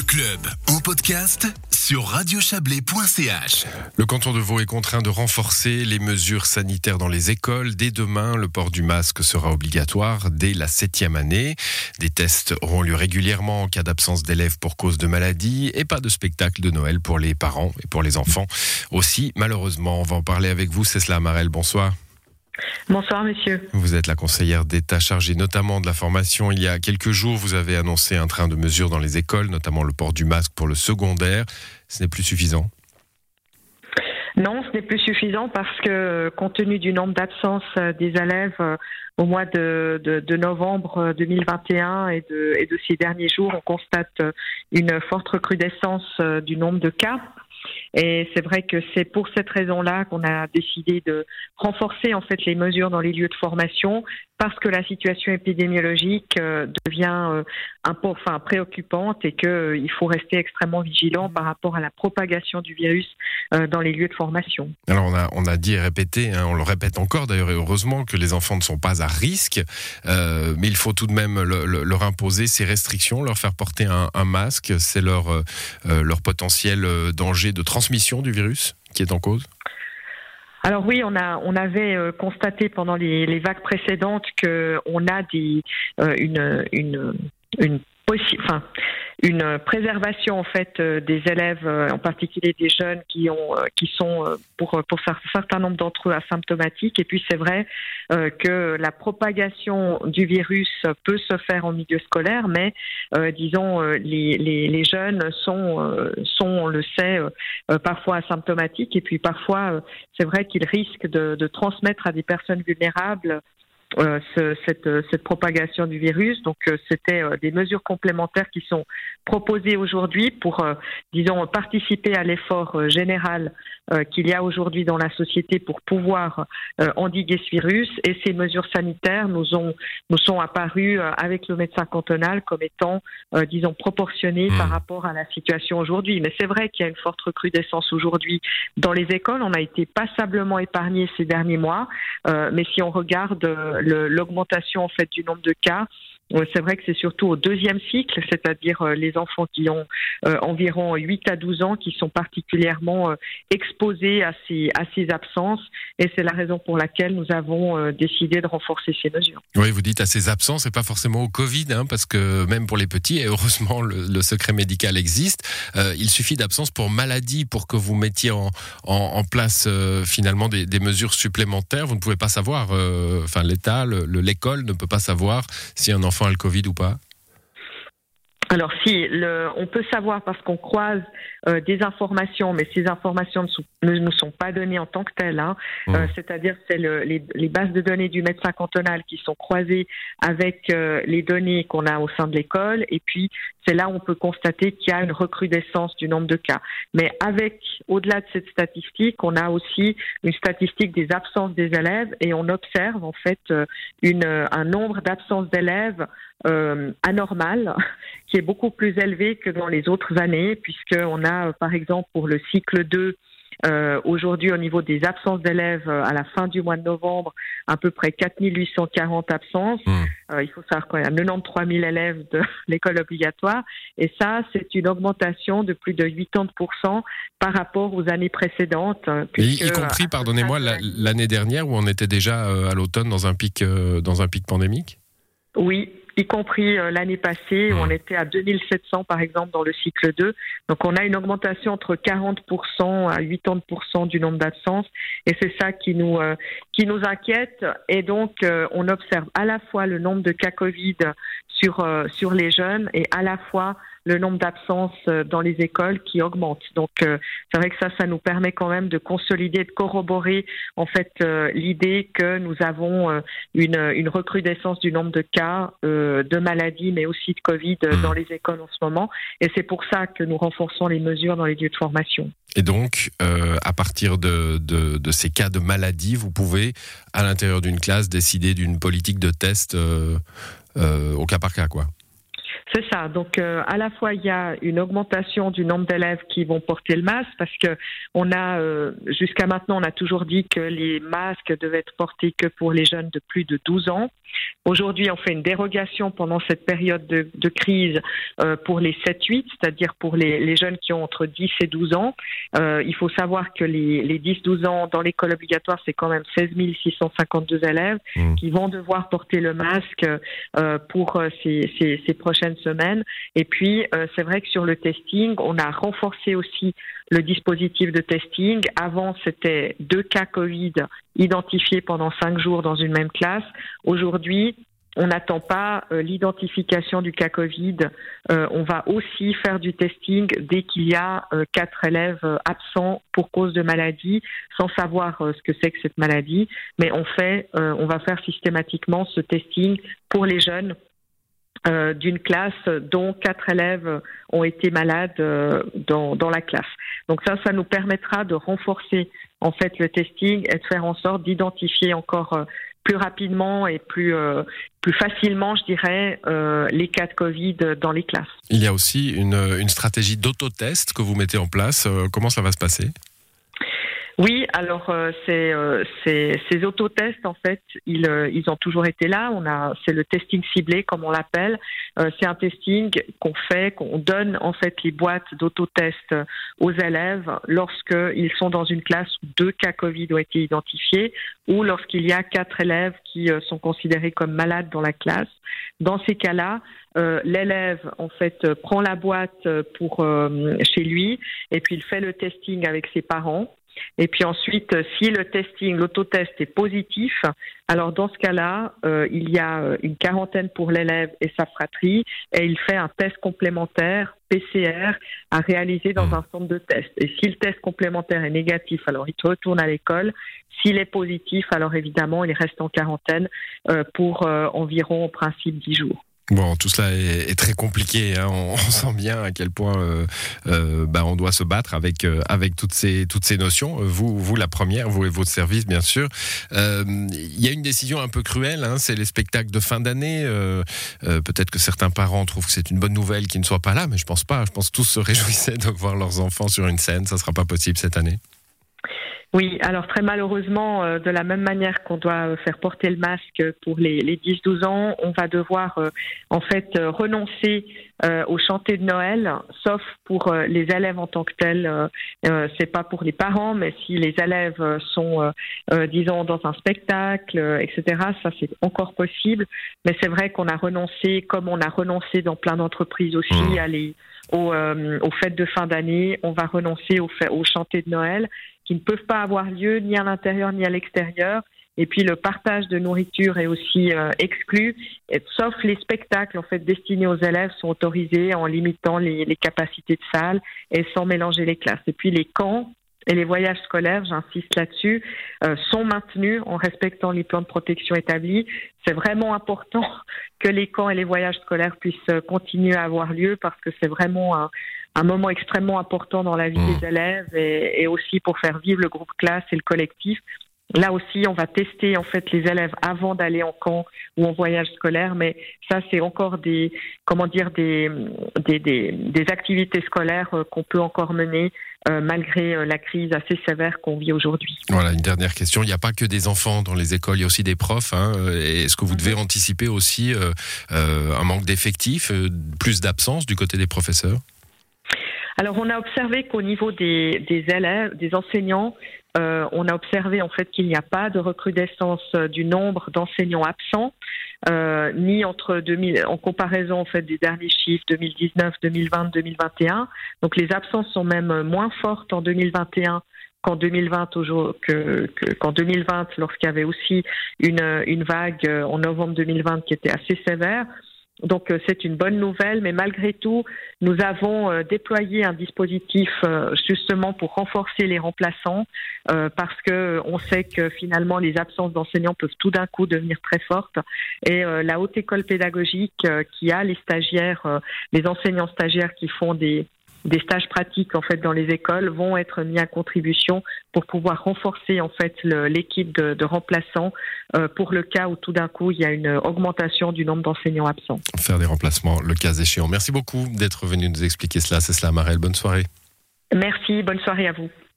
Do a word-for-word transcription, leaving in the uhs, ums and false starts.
club en podcast sur radio chablais point c h. Le canton de Vaud est contraint de renforcer les mesures sanitaires dans les écoles. Dès demain, le port du masque sera obligatoire dès la septième année. Des tests auront lieu régulièrement en cas d'absence d'élèves pour cause de maladie et pas de spectacle de Noël pour les parents et pour les enfants. Aussi, malheureusement, on va en parler avec vous. Cécile Amarel, bonsoir. Bonsoir monsieur. Vous êtes la conseillère d'État chargée notamment de la formation. Il y a quelques jours, vous avez annoncé un train de mesures dans les écoles, notamment le port du masque pour le secondaire. Ce n'est plus suffisant ? Non, ce n'est plus suffisant parce que compte tenu du nombre d'absences des élèves au mois de, de, de novembre deux mille vingt et un et de, et de ces derniers jours, on constate une forte recrudescence du nombre de cas. Et c'est vrai que c'est pour cette raison-là qu'on a décidé de renforcer en fait les mesures dans les lieux de formation parce que la situation épidémiologique euh, devient euh, un peu, enfin, préoccupante et qu'il euh, faut rester extrêmement vigilant par rapport à la propagation du virus euh, dans les lieux de formation. Alors on a, on a dit et répété, hein, on le répète encore d'ailleurs et heureusement que les enfants ne sont pas à risque, euh, mais il faut tout de même le, le, leur imposer ces restrictions, leur faire porter un, un masque, c'est leur, euh, leur potentiel danger de transmission du virus qui est en cause ? Alors oui, on a on avait euh, constaté pendant les, les vagues précédentes que on a des euh, une une une possi- enfin une préservation en fait euh, des élèves, euh, en particulier des jeunes qui ont euh, qui sont euh, pour pour un certain nombre d'entre eux asymptomatiques. Et puis c'est vrai euh, que la propagation du virus peut se faire en milieu scolaire, mais euh, disons euh, les, les les jeunes sont euh, sont on le sait euh, parfois asymptomatiques et puis parfois euh, c'est vrai qu'ils risquent de, de transmettre à des personnes vulnérables Euh, ce, cette, cette propagation du virus. Donc euh, c'était euh, des mesures complémentaires qui sont proposées aujourd'hui pour, euh, disons, participer à l'effort euh, général euh, qu'il y a aujourd'hui dans la société pour pouvoir euh, endiguer ce virus. Et ces mesures sanitaires nous ont nous sont apparues euh, avec le médecin cantonal comme étant, euh, disons, proportionnées mmh. par rapport à la situation aujourd'hui. Mais c'est vrai qu'il y a une forte recrudescence aujourd'hui dans les écoles. On a été passablement épargnés ces derniers mois, euh, mais si on regarde euh, Le, l'augmentation en fait du nombre de cas, c'est vrai que c'est surtout au deuxième cycle, c'est-à-dire les enfants qui ont euh, environ huit à douze ans qui sont particulièrement euh, exposés à ces, à ces absences et c'est la raison pour laquelle nous avons euh, décidé de renforcer ces mesures. Oui, vous dites à ces absences, et pas forcément au Covid, hein, parce que même pour les petits, et heureusement le, le secret médical existe, euh, il suffit d'absence pour maladie pour que vous mettiez en, en, en place euh, finalement des, des mesures supplémentaires. Vous ne pouvez pas savoir, euh, enfin l'État, le, le, l'école ne peut pas savoir si un enfant a le Covid ou pas ? Alors si, le, on peut savoir parce qu'on croise euh, des informations, mais ces informations ne, sont, ne nous sont pas données en tant que telles. Hein. Mmh. Euh, c'est-à-dire c'est le, les, les bases de données du médecin cantonal qui sont croisées avec euh, les données qu'on a au sein de l'école. Et puis c'est là où on peut constater qu'il y a une recrudescence du nombre de cas. Mais avec, au-delà de cette statistique, on a aussi une statistique des absences des élèves et on observe en fait une, un nombre d'absences d'élèves euh, anormal qui est beaucoup plus élevé que dans les autres années, puisqu'on a, par exemple, pour le cycle deux, euh, aujourd'hui, au niveau des absences d'élèves, à la fin du mois de novembre, à peu près quatre mille huit cent quarante absences. Mmh. Euh, il faut savoir qu'il y a quatre-vingt-treize mille élèves de l'école obligatoire. Et ça, c'est une augmentation de plus de quatre-vingts pour cent par rapport aux années précédentes. Puisque, y compris, pardonnez-moi, la, l'année dernière, où on était déjà euh, à l'automne dans un pic, euh, dans un pic pandémique ? Oui. Y compris euh, l'année passée où on était à deux mille sept cents par exemple dans le cycle deux. Donc on a une augmentation entre quarante pour cent à quatre-vingts pour cent du nombre d'absences et c'est ça qui nous euh, qui nous inquiète et donc euh, on observe à la fois le nombre de cas Covid sur euh, sur les jeunes et à la fois le nombre d'absences dans les écoles qui augmente. Donc euh, c'est vrai que ça, ça nous permet quand même de consolider, de corroborer en fait euh, l'idée que nous avons euh, une, une recrudescence du nombre de cas euh, de maladies, mais aussi de Covid euh, dans les écoles en ce moment. Et c'est pour ça que nous renforçons les mesures dans les lieux de formation. Et donc, euh, à partir de, de, de ces cas de maladie, vous pouvez, à l'intérieur d'une classe, décider d'une politique de test euh, euh, au cas par cas, quoi. C'est ça. Donc, euh, à la fois, il y a une augmentation du nombre d'élèves qui vont porter le masque parce que on a, euh, jusqu'à maintenant, on a toujours dit que les masques devaient être portés que pour les jeunes de plus de douze ans. Aujourd'hui, on fait une dérogation pendant cette période de, de crise euh, pour les sept huit, c'est-à-dire pour les, les jeunes qui ont entre dix et douze ans. Euh, il faut savoir que les, les dix douze ans dans l'école obligatoire, c'est quand même seize mille six cent cinquante-deux élèves mmh. qui vont devoir porter le masque euh, pour euh, ces, ces, ces prochaines semaines. Et puis, euh, c'est vrai que sur le testing, on a renforcé aussi le dispositif de testing. Avant, c'était deux cas Covid identifiés pendant cinq jours dans une même classe. Aujourd'hui, on n'attend pas euh, l'identification du cas Covid. Euh, on va aussi faire du testing dès qu'il y a euh, quatre élèves euh, absents pour cause de maladie, sans savoir euh, ce que c'est que cette maladie. Mais on fait, euh, on va faire systématiquement ce testing pour les jeunes Euh, d'une classe dont quatre élèves ont été malades euh, dans, dans la classe. Donc ça, ça nous permettra de renforcer en fait le testing et de faire en sorte d'identifier encore euh, plus rapidement et plus euh, plus facilement, je dirais, euh, les cas de Covid dans les classes. Il y a aussi une, une stratégie d'autotest que vous mettez en place. Euh, comment ça va se passer ? Oui, alors euh, c'est, euh, c'est, ces autotests, en fait, ils, euh, ils ont toujours été là. On a, c'est le testing ciblé, comme on l'appelle. Euh, c'est un testing qu'on fait, qu'on donne en fait les boîtes d'autotests aux élèves lorsqu'ils sont dans une classe où deux cas Covid ont été identifiés ou lorsqu'il y a quatre élèves qui euh, sont considérés comme malades dans la classe. Dans ces cas-là, euh, l'élève en fait euh, prend la boîte pour euh, chez lui et puis il fait le testing avec ses parents. Et puis ensuite, si le testing, l'autotest est positif, alors dans ce cas-là, euh, il y a une quarantaine pour l'élève et sa fratrie, et il fait un test complémentaire P C R à réaliser dans un centre de test. Et si le test complémentaire est négatif, alors il retourne à l'école. S'il est positif, alors évidemment, il reste en quarantaine euh, pour euh, environ, au principe, dix jours. Bon, tout cela est, est très compliqué. Hein. On, on sent bien à quel point euh, euh, bah, on doit se battre avec euh, avec toutes ces toutes ces notions. Vous, vous la première, vous et votre service, bien sûr. Euh, il y a une décision un peu cruelle. Hein, c'est les spectacles de fin d'année. Euh, euh, peut-être que certains parents trouvent que c'est une bonne nouvelle qu'ils ne soient pas là, mais je pense pas. Je pense que tous se réjouissaient de voir leurs enfants sur une scène. Ça sera pas possible cette année. Oui, alors très malheureusement, euh, de la même manière qu'on doit euh, faire porter le masque pour les, les dix douze ans, on va devoir euh, en fait euh, renoncer euh, au chanter de Noël, sauf pour euh, les élèves en tant que tels. Euh, euh, c'est pas pour les parents, mais si les élèves sont, euh, euh, disons, dans un spectacle, euh, et cetera, ça c'est encore possible. Mais c'est vrai qu'on a renoncé, comme on a renoncé dans plein d'entreprises aussi, mmh. à les, aux, euh, aux fêtes de fin d'année, on va renoncer au, au chanter de Noël, qui ne peuvent pas avoir lieu ni à l'intérieur ni à l'extérieur. Et puis le partage de nourriture est aussi euh, exclu, et, sauf les spectacles en fait destinés aux élèves sont autorisés en limitant les, les capacités de salle et sans mélanger les classes. Et puis les camps et les voyages scolaires, j'insiste là-dessus, euh, sont maintenus en respectant les plans de protection établis. C'est vraiment important que les camps et les voyages scolaires puissent continuer à avoir lieu parce que c'est vraiment un, un moment extrêmement important dans la vie mmh. des élèves et, et aussi pour faire vivre le groupe classe et le collectif. Là aussi, on va tester en fait les élèves avant d'aller en camp ou en voyage scolaire, mais ça c'est encore des comment dire des des des, des activités scolaires euh, qu'on peut encore mener euh, malgré euh, la crise assez sévère qu'on vit aujourd'hui. Voilà, une dernière question. Il n'y a pas que des enfants dans les écoles, il y a aussi des profs. Hein. Est-ce que vous devez mmh. anticiper aussi euh, euh, un manque d'effectifs, euh, plus d'absence du côté des professeurs ? Alors, on a observé qu'au niveau des, des élèves, des enseignants, euh, on a observé en fait qu'il n'y a pas de recrudescence du nombre d'enseignants absents, euh, ni entre deux mille, en comparaison en fait des derniers chiffres deux mille dix-neuf, deux mille vingt, deux mille vingt et un. Donc, les absences sont même moins fortes en deux mille vingt et un qu'en deux mille vingt, que, que, qu'en deux mille vingt, lorsqu'il y avait aussi une, une vague en novembre deux mille vingt qui était assez sévère. Donc c'est une bonne nouvelle, mais malgré tout, nous avons euh, déployé un dispositif euh, justement pour renforcer les remplaçants, euh, parce que on sait que finalement les absences d'enseignants peuvent tout d'un coup devenir très fortes. Et euh, la haute école pédagogique euh, qui a les stagiaires, euh, les enseignants stagiaires qui font des des stages pratiques en fait dans les écoles vont être mis à contribution pour pouvoir renforcer en fait le, l'équipe de, de remplaçants euh, pour le cas où tout d'un coup il y a une augmentation du nombre d'enseignants absents. Faire des remplacements le cas échéant. Merci beaucoup d'être venu nous expliquer cela. C'est cela, Marelle. Bonne soirée. Merci, bonne soirée à vous.